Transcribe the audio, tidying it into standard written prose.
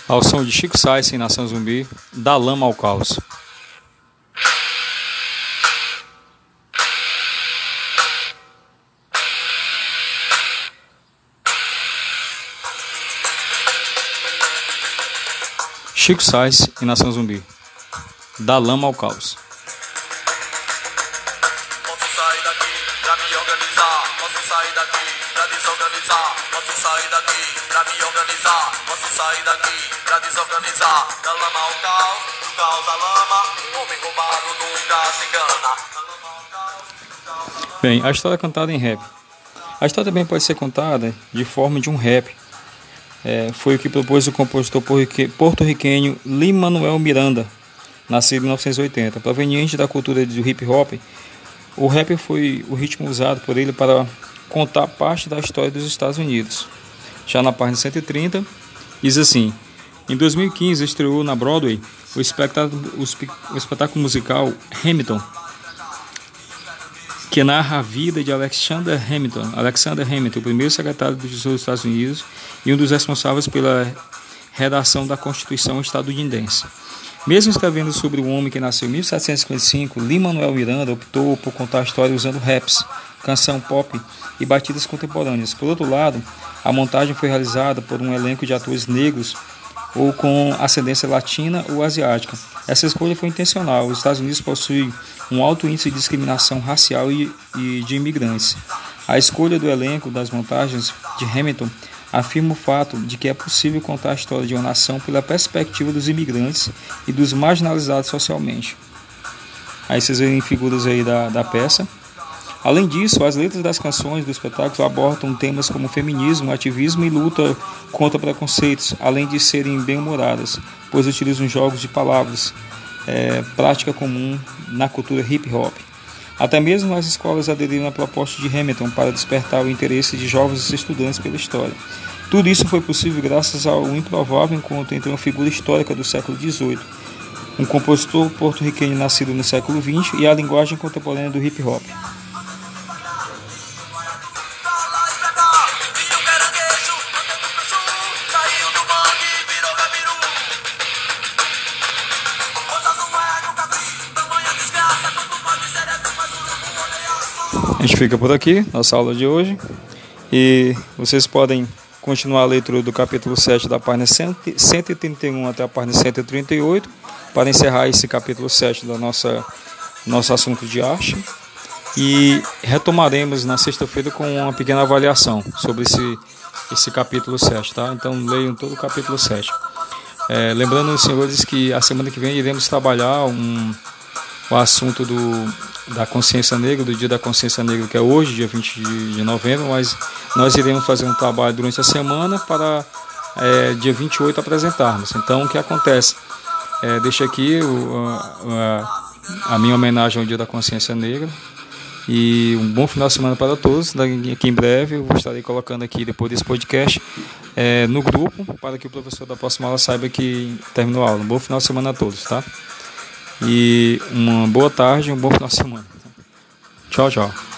Ao som de Chico Science em Nação Zumbi, Da Lama ao Caos. Chico Science em Nação Zumbi, Da Lama ao Caos. Posso sair daqui pra me organizar, posso sair daqui pra desorganizar, posso sair daqui pra me organizar, posso sair daqui pra desorganizar. Da lama ao caos, do caos à lama, homem roubado nunca se engana. Bem, a história é cantada em rap. A história também pode ser contada de forma de um rap. Foi o que propôs o compositor porto-riquenho Lin-Manuel Miranda, nascido em 1980. Proveniente da cultura do hip hop, o rap foi o ritmo usado por ele para contar parte da história dos Estados Unidos. Já na página 130, diz assim: em 2015 estreou na Broadway o espetáculo musical Hamilton, que narra a vida de Alexander Hamilton, o primeiro secretário dos Estados Unidos e um dos responsáveis pela redação da Constituição estadunidense. Mesmo escrevendo sobre o homem que nasceu em 1755, Lin-Manuel Miranda optou por contar a história usando raps, canção pop e batidas contemporâneas. Por outro lado, a montagem foi realizada por um elenco de atores negros ou com ascendência latina ou asiática. Essa escolha foi intencional. Os Estados Unidos possuem um alto índice de discriminação racial e de imigrantes. A escolha do elenco das montagens de Hamilton afirma o fato de que é possível contar a história de uma nação pela perspectiva dos imigrantes e dos marginalizados socialmente. Aí vocês veem figuras aí da peça. Além disso, as letras das canções do espetáculo abordam temas como feminismo, ativismo e luta contra preconceitos, além de serem bem-humoradas, pois utilizam jogos de palavras, prática comum na cultura hip-hop. Até mesmo as escolas aderiram à proposta de Hamilton para despertar o interesse de jovens estudantes pela história. Tudo isso foi possível graças ao improvável encontro entre uma figura histórica do século XVIII, um compositor porto-riquenho nascido no século XX e a linguagem contemporânea do hip-hop. A gente fica por aqui, nossa aula de hoje, e vocês podem continuar a leitura do capítulo 7 da página 131 até a página 138, para encerrar esse capítulo 7 da nosso assunto de arte, e retomaremos na sexta-feira com uma pequena avaliação sobre esse capítulo 7, tá? Então leiam todo o capítulo 7. Lembrando, senhores, que a semana que vem iremos trabalhar o assunto da consciência negra, do dia da consciência negra, que é hoje, dia 20 de novembro, mas nós iremos fazer um trabalho durante a semana para dia 28 apresentarmos. Então, o que acontece? Deixo aqui a minha homenagem ao dia da consciência negra e um bom final de semana para todos. Aqui em breve eu estarei colocando aqui, depois desse podcast, no grupo, para que o professor da próxima aula saiba que terminou a aula. Um bom final de semana a todos, tá? E uma boa tarde, um bom final de semana. Tchau, tchau.